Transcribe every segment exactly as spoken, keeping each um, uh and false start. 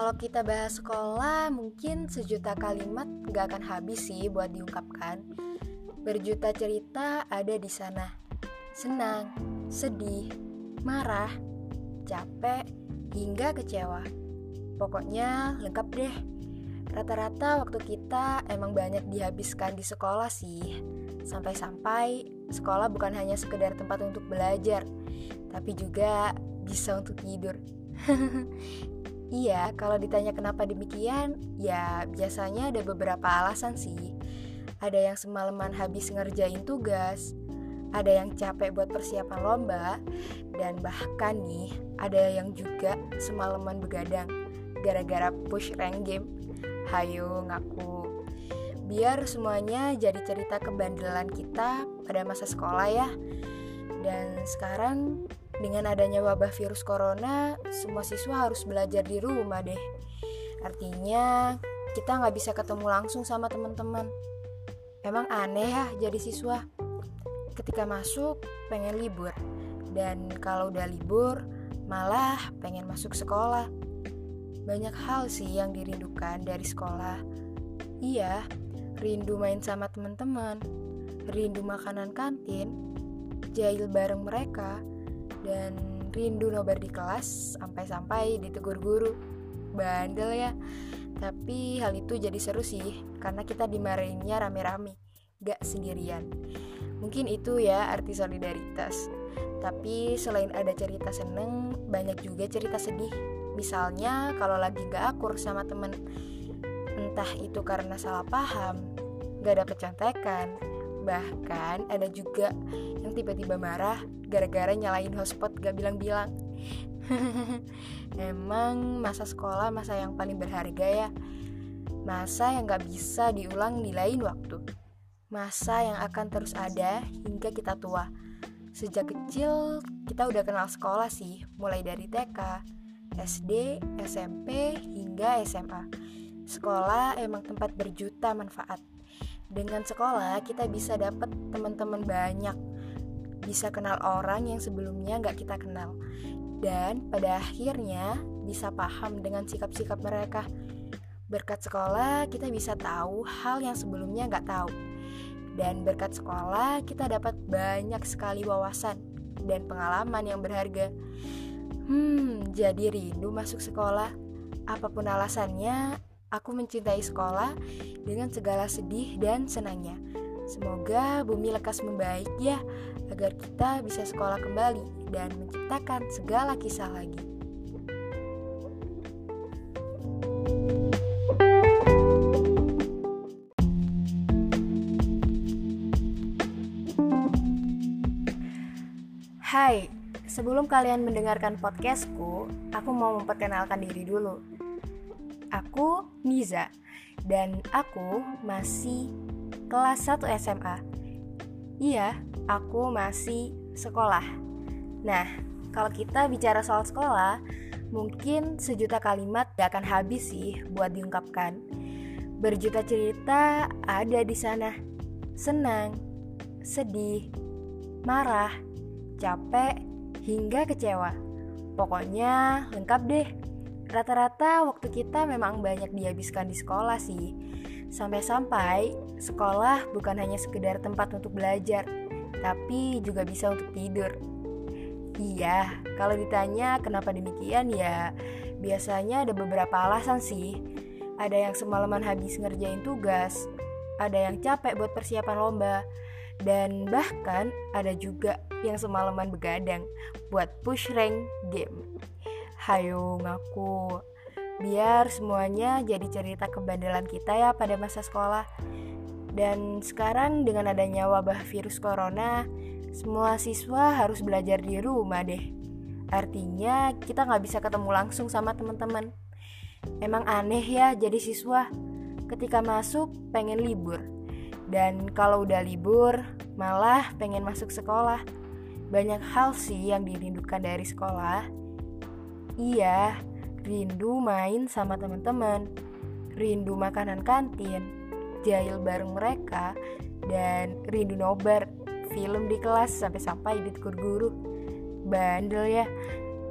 Kalau kita bahas sekolah, mungkin sejuta kalimat gak akan habis sih buat diungkapkan. Berjuta cerita ada di sana. Senang, sedih, marah, capek, hingga kecewa. Pokoknya lengkap deh. Rata-rata waktu kita emang banyak dihabiskan di sekolah sih. Sampai-sampai sekolah bukan hanya sekedar tempat untuk belajar, tapi juga bisa untuk tidur. Iya, kalau ditanya kenapa demikian, ya biasanya ada beberapa alasan sih. Ada yang semalaman habis ngerjain tugas, ada yang capek buat persiapan lomba, dan bahkan nih, ada yang juga semalaman begadang gara-gara push rank game. Hayo ngaku. Biar semuanya jadi cerita kebandelan kita pada masa sekolah ya. Dan sekarang dengan adanya wabah virus corona, semua siswa harus belajar di rumah deh. Artinya kita gak bisa ketemu langsung sama teman-teman. Emang aneh ya jadi siswa. Ketika masuk pengen libur, dan kalau udah libur malah pengen masuk sekolah. Banyak hal sih yang dirindukan dari sekolah. Iya, rindu main sama teman-teman, rindu makanan kantin, jahil bareng mereka, dan rindu nobar di kelas sampai-sampai ditegur guru. Bandel ya. Tapi hal itu jadi seru sih, karena kita dimarahinnya rame-rame, gak sendirian. Mungkin itu ya arti solidaritas. Tapi selain ada cerita seneng, banyak juga cerita sedih. Misalnya kalau lagi gak akur sama temen, entah itu karena salah paham, gak dapet contekan, bahkan ada juga yang tiba-tiba marah gara-gara nyalain hotspot gak bilang-bilang. Emang masa sekolah masa yang paling berharga ya. Masa yang gak bisa diulang di lain waktu. Masa yang akan terus ada hingga kita tua. Sejak kecil kita udah kenal sekolah sih, mulai dari T K, S D, S M P, hingga S M A. Sekolah emang tempat berjuta manfaat. Dengan sekolah kita bisa dapat teman-teman banyak, bisa kenal orang yang sebelumnya gak kita kenal, dan pada akhirnya bisa paham dengan sikap-sikap mereka. Berkat sekolah kita bisa tahu hal yang sebelumnya gak tahu, dan berkat sekolah kita dapat banyak sekali wawasan dan pengalaman yang berharga. Hmm, jadi rindu masuk sekolah. Apapun alasannya, aku mencintai sekolah dengan segala sedih dan senangnya. Semoga bumi lekas membaik ya, agar kita bisa sekolah kembali dan menciptakan segala kisah lagi. Hai, sebelum kalian mendengarkan podcastku, aku mau memperkenalkan diri dulu. Aku Niza, dan aku masih kelas satu S M A. Iya, aku masih sekolah. Nah, kalau kita bicara soal sekolah, mungkin sejuta kalimat gak akan habis sih buat diungkapkan. Berjuta cerita ada di sana. Senang, sedih, marah, capek, hingga kecewa. Pokoknya lengkap deh. Rata-rata waktu kita memang banyak dihabiskan di sekolah sih. Sampai-sampai sekolah bukan hanya sekedar tempat untuk belajar, tapi juga bisa untuk tidur. Iya, kalau ditanya kenapa demikian ya biasanya ada beberapa alasan sih. Ada yang semalaman habis ngerjain tugas, ada yang capek buat persiapan lomba, dan bahkan ada juga yang semalaman begadang buat push rank game. Hayo ngaku. Biar semuanya jadi cerita kebandelan kita ya pada masa sekolah. Dan sekarang dengan adanya wabah virus corona, semua siswa harus belajar di rumah deh. Artinya kita gak bisa ketemu langsung sama teman-teman. Emang aneh ya jadi siswa. Ketika masuk pengen libur, dan kalau udah libur malah pengen masuk sekolah. Banyak hal sih yang dirindukan dari sekolah. Iya, rindu main sama teman-teman, rindu makanan kantin, jahil bareng mereka, dan rindu nobar film di kelas sampai-sampai ditegur guru. Bandel ya.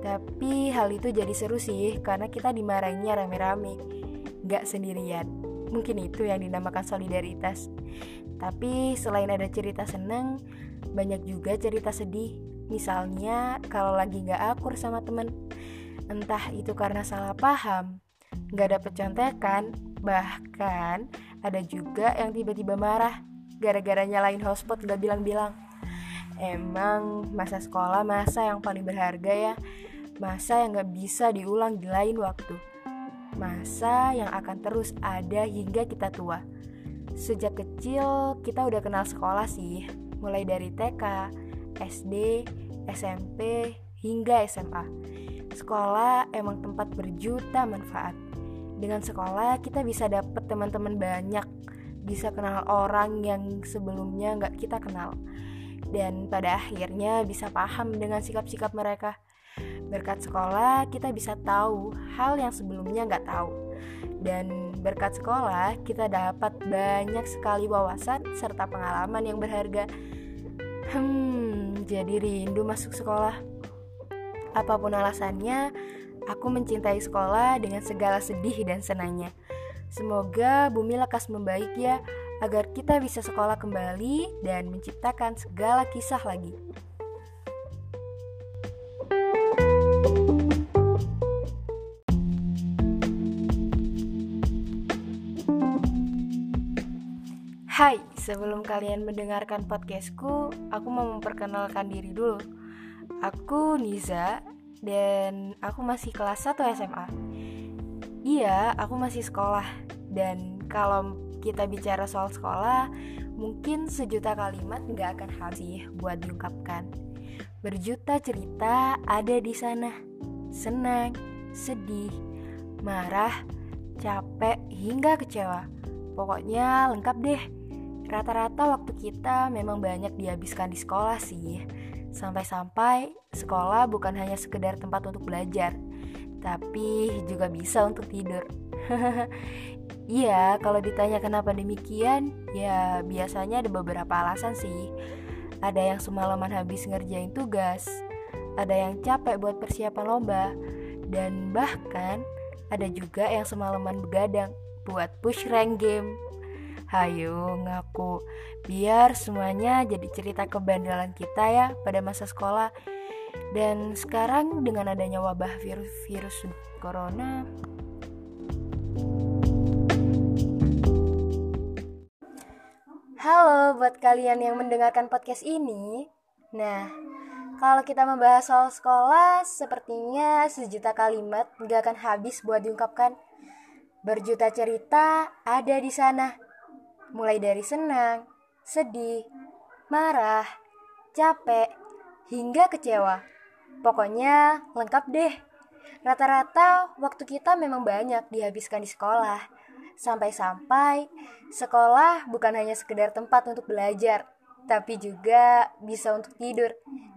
Tapi hal itu jadi seru sih, karena kita dimarahinnya rame-rame, gak sendirian. Mungkin itu yang dinamakan solidaritas. Tapi selain ada cerita seneng, banyak juga cerita sedih. Misalnya kalau lagi gak akur sama temen, entah itu karena salah paham, gak dapet contekan, bahkan ada juga yang tiba-tiba marah gara-gara nyalain hotspot gak bilang-bilang. Emang masa sekolah masa yang paling berharga ya, masa yang gak bisa diulang di lain waktu, masa yang akan terus ada hingga kita tua. Sejak kecil kita udah kenal sekolah sih, mulai dari T K, S D, S M P, hingga S M A. Sekolah emang tempat berjuta manfaat. Dengan sekolah kita bisa dapet teman-teman banyak, bisa kenal orang yang sebelumnya gak kita kenal, dan pada akhirnya bisa paham dengan sikap-sikap mereka. Berkat sekolah kita bisa tahu hal yang sebelumnya gak tahu, dan berkat sekolah kita dapat banyak sekali wawasan serta pengalaman yang berharga. Hmm, jadi rindu masuk sekolah. Apapun alasannya, aku mencintai sekolah dengan segala sedih dan senangnya. Semoga bumi lekas membaik ya, agar kita bisa sekolah kembali dan menciptakan segala kisah lagi. Hai, sebelum kalian mendengarkan podcastku, aku mau memperkenalkan diri dulu. Aku Niza, dan aku masih kelas satu S M A. Iya, aku masih sekolah. Dan kalau kita bicara soal sekolah, mungkin sejuta kalimat gak akan habis buat diungkapkan. Berjuta cerita ada di sana. Senang, sedih, marah, capek, hingga kecewa. Pokoknya lengkap deh. Rata-rata waktu kita memang banyak dihabiskan di sekolah sih. Sampai-sampai sekolah bukan hanya sekedar tempat untuk belajar, tapi juga bisa untuk tidur. Iya, kalau ditanya kenapa demikian, ya biasanya ada beberapa alasan sih. Ada yang semalaman habis ngerjain tugas, ada yang capek buat persiapan lomba, dan bahkan ada juga yang semalaman begadang buat push rank game. Hayo ngaku, biar semuanya jadi cerita kebandelan kita ya pada masa sekolah. Dan sekarang dengan adanya wabah virus-virus corona, halo buat kalian yang mendengarkan podcast ini. Nah, kalau kita membahas soal sekolah, sepertinya sejuta kalimat gak akan habis buat diungkapkan. Berjuta cerita ada di sana. Mulai dari senang, sedih, marah, capek, hingga kecewa. Pokoknya lengkap deh. Rata-rata waktu kita memang banyak dihabiskan di sekolah. Sampai-sampai sekolah bukan hanya sekedar tempat untuk belajar, tapi juga bisa untuk tidur.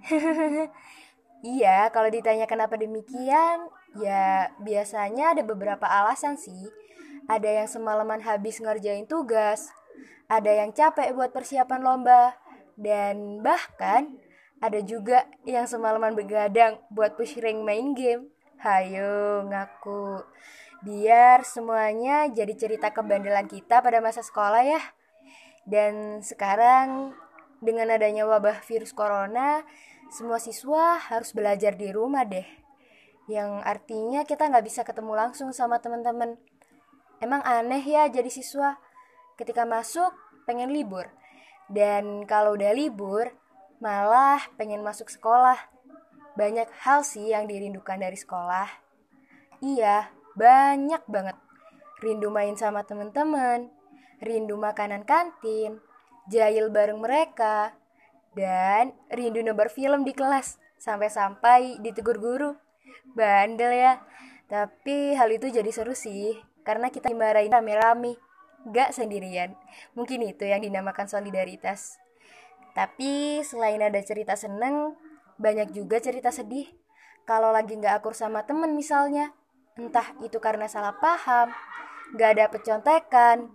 Iya, kalau ditanya kenapa demikian, ya biasanya ada beberapa alasan sih. Ada yang semalaman habis ngerjain tugas, ada yang capek buat persiapan lomba, dan bahkan ada juga yang semalaman begadang buat push rank main game. Hayo ngaku, biar semuanya jadi cerita kebandelan kita pada masa sekolah ya. Dan sekarang dengan adanya wabah virus corona, semua siswa harus belajar di rumah deh. Yang artinya kita gak bisa ketemu langsung sama teman-teman. Emang aneh ya jadi siswa, ketika masuk pengen libur, dan kalau udah libur malah pengen masuk sekolah. Banyak hal sih yang dirindukan dari sekolah. Iya, banyak banget. Rindu main sama teman-teman, rindu makanan kantin, jahil bareng mereka, dan rindu nobar film di kelas sampai-sampai ditegur guru. Bandel ya. Tapi hal itu jadi seru sih, karena kita dimarahin rame-rame, gak sendirian. Mungkin itu yang dinamakan solidaritas. Tapi selain ada cerita seneng, banyak juga cerita sedih. Kalau lagi gak akur sama temen misalnya, entah itu karena salah paham, gak ada pecontekan,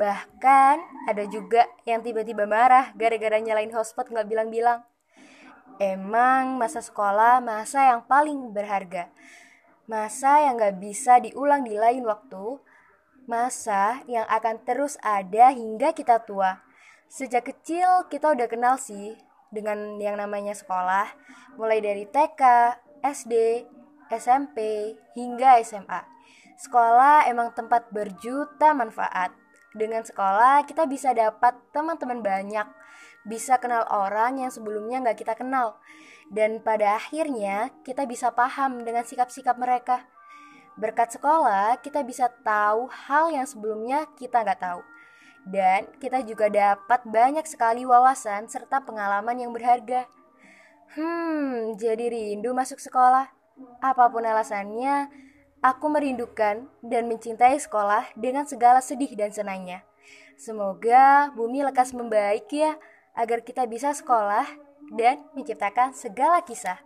bahkan ada juga yang tiba-tiba marah gara-gara nyalain hotspot gak bilang-bilang. Emang masa sekolah masa yang paling berharga. Masa yang gak bisa diulang di lain waktu. Masa yang akan terus ada hingga kita tua. Sejak kecil kita udah kenal sih dengan yang namanya sekolah. Mulai dari T K, S D, S M P, hingga S M A. Sekolah emang tempat berjuta manfaat. Dengan sekolah kita bisa dapat teman-teman banyak, bisa kenal orang yang sebelumnya gak kita kenal, dan pada akhirnya kita bisa paham dengan sikap-sikap mereka. Berkat sekolah kita bisa tahu hal yang sebelumnya kita gak tahu, dan kita juga dapat banyak sekali wawasan serta pengalaman yang berharga. Hmm, jadi rindu masuk sekolah. Apapun alasannya, aku merindukan dan mencintai sekolah dengan segala sedih dan senangnya. Semoga bumi lekas membaik ya, agar kita bisa sekolah dan menciptakan segala kisah.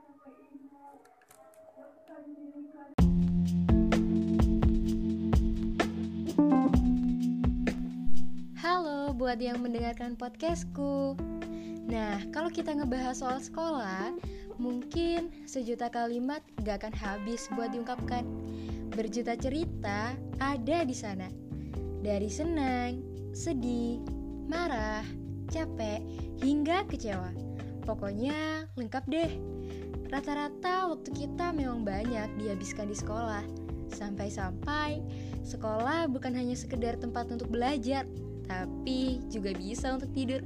Halo buat yang mendengarkan podcastku. Nah, kalau kita ngebahas soal sekolah, mungkin sejuta kalimat gak akan habis buat diungkapkan. Berjuta cerita ada di sana. Dari senang, sedih, marah, capek, hingga kecewa. Pokoknya lengkap deh. Rata-rata waktu kita memang banyak dihabiskan di sekolah. Sampai-sampai sekolah bukan hanya sekedar tempat untuk belajar, tapi juga bisa untuk tidur.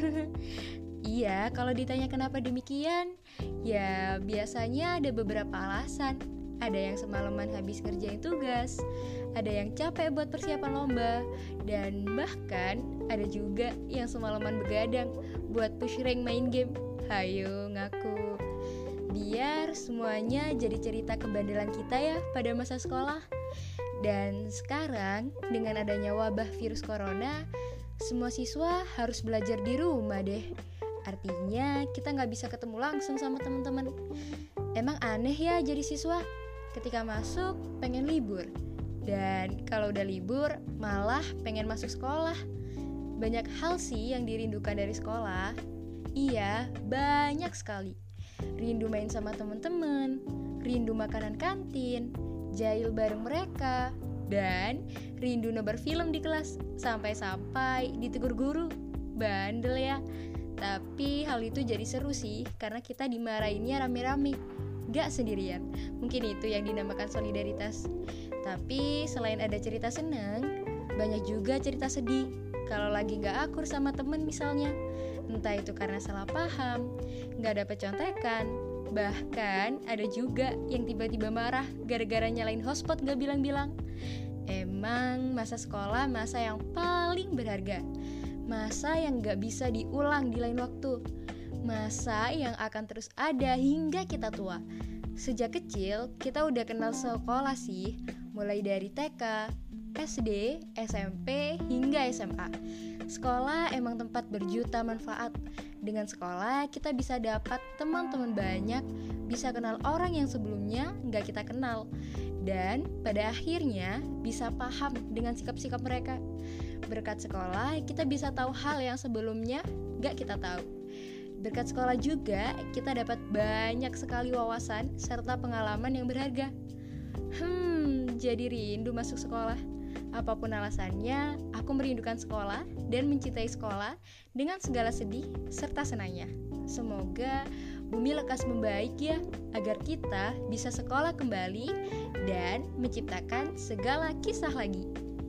Iya, kalau ditanya kenapa demikian, ya biasanya ada beberapa alasan. Ada yang semalaman habis ngerjain tugas, ada yang capek buat persiapan lomba, dan bahkan ada juga yang semalaman begadang buat push rank main game. Hayo ngaku. Biar semuanya jadi cerita kebandelan kita ya pada masa sekolah. Dan sekarang dengan adanya wabah virus corona, semua siswa harus belajar di rumah deh. Artinya kita gak bisa ketemu langsung sama teman-teman. Emang aneh ya jadi siswa, ketika masuk pengen libur, dan kalau udah libur malah pengen masuk sekolah. Banyak hal sih yang dirindukan dari sekolah. Iya, banyak sekali. Rindu main sama teman-teman, rindu makanan kantin, jahil bareng mereka, dan rindu nobar film di kelas, sampai-sampai ditegur guru. Bandel ya. Tapi hal itu jadi seru sih, karena kita dimarahinnya rame-rame, gak sendirian. Mungkin itu yang dinamakan solidaritas. Tapi selain ada cerita senang, banyak juga cerita sedih. Kalau lagi gak akur sama temen misalnya, entah itu karena salah paham, gak dapet contekan, bahkan ada juga yang tiba-tiba marah gara-gara nyalain hotspot gak bilang-bilang. Emang masa sekolah masa yang paling berharga, masa yang gak bisa diulang di lain waktu, masa yang akan terus ada hingga kita tua. Sejak kecil kita udah kenal sekolah sih, mulai dari T K, S D, S M P, hingga S M A. Sekolah emang tempat berjuta manfaat. Dengan sekolah kita bisa dapat teman-teman banyak, bisa kenal orang yang sebelumnya gak kita kenal, dan pada akhirnya bisa paham dengan sikap-sikap mereka. Berkat sekolah kita bisa tahu hal yang sebelumnya gak kita tahu. Berkat sekolah juga kita dapat banyak sekali wawasan serta pengalaman yang berharga. Hmm, jadi rindu masuk sekolah. Apapun alasannya, aku merindukan sekolah dan mencintai sekolah dengan segala sedih serta senangnya. Semoga bumi lekas membaik ya, agar kita bisa sekolah kembali dan menciptakan segala kisah lagi.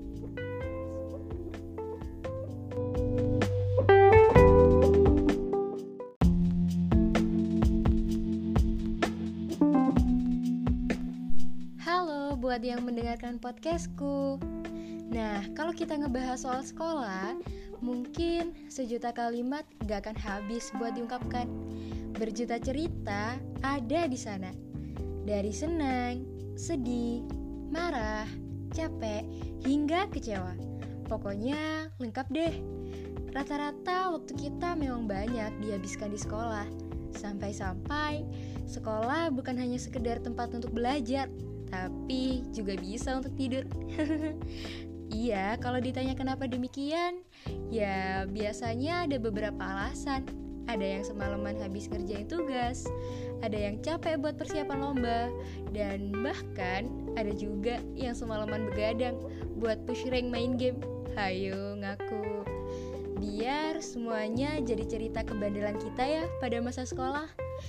Halo buat yang mendengarkan podcastku. Nah, kalau kita ngebahas soal sekolah, mungkin sejuta kalimat gak akan habis buat diungkapkan. Berjuta cerita ada di sana. Dari senang, sedih, marah, capek, hingga kecewa. Pokoknya lengkap deh. Rata-rata waktu kita memang banyak dihabiskan di sekolah. Sampai-sampai sekolah bukan hanya sekedar tempat untuk belajar, tapi juga bisa untuk tidur. Iya, kalau ditanya kenapa demikian, ya biasanya ada beberapa alasan. ada yang semalaman habis ngerjain tugas, ada yang capek buat persiapan lomba, dan bahkan ada juga yang semalaman begadang buat push rank main game. Hayo ngaku. Biar semuanya jadi cerita kebandelan kita ya pada masa sekolah.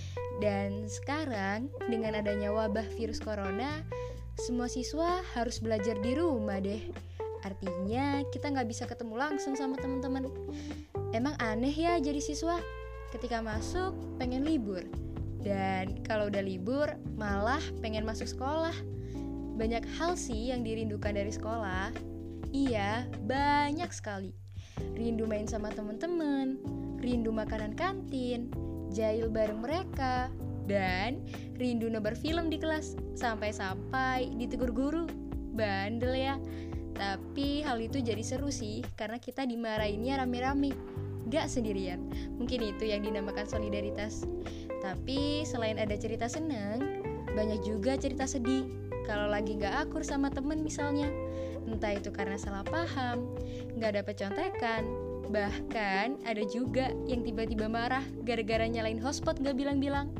Dan sekarang dengan adanya wabah virus corona, semua siswa harus belajar di rumah deh. Artinya kita gak bisa ketemu langsung sama teman-teman. Emang aneh ya jadi siswa, ketika masuk pengen libur, dan kalau udah libur malah pengen masuk sekolah. Banyak hal sih yang dirindukan dari sekolah. Iya, banyak sekali. Rindu main sama teman-teman, rindu makanan kantin, jahil bareng mereka, dan rindu nobar film di kelas, sampai-sampai ditegur guru. Bandel ya. Tapi hal itu jadi seru sih, karena kita dimarahinnya rame-rame, gak sendirian. Mungkin itu yang dinamakan solidaritas. Tapi selain ada cerita seneng, banyak juga cerita sedih. Kalau lagi gak akur sama temen misalnya, entah itu karena salah paham, gak dapet contekan, bahkan ada juga yang tiba-tiba marah gara-gara nyalain hotspot gak bilang-bilang.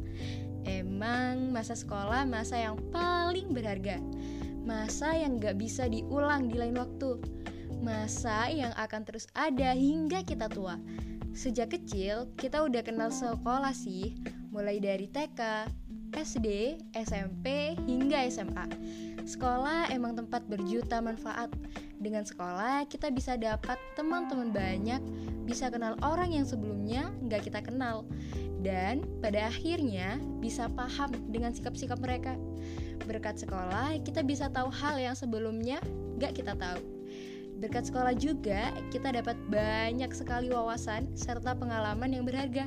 Emang masa sekolah masa yang paling berharga, masa yang gak bisa diulang di lain waktu, masa yang akan terus ada hingga kita tua. Sejak kecil kita udah kenal sekolah sih, mulai dari T K, S D, S M P, hingga S M A. Sekolah emang tempat berjuta manfaat. Dengan sekolah kita bisa dapat teman-teman banyak, bisa kenal orang yang sebelumnya gak kita kenal, dan pada akhirnya bisa paham dengan sikap-sikap mereka. Berkat sekolah kita bisa tahu hal yang sebelumnya gak kita tahu. Berkat sekolah juga kita dapat banyak sekali wawasan serta pengalaman yang berharga.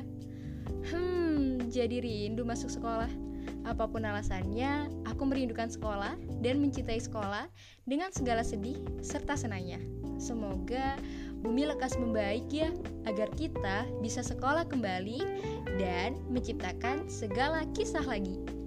Hmm, jadi rindu masuk sekolah. Apapun alasannya, aku merindukan sekolah dan mencintai sekolah dengan segala sedih serta senangnya. Semoga bumi lekas membaik ya, agar kita bisa sekolah kembali dan menciptakan segala kisah lagi.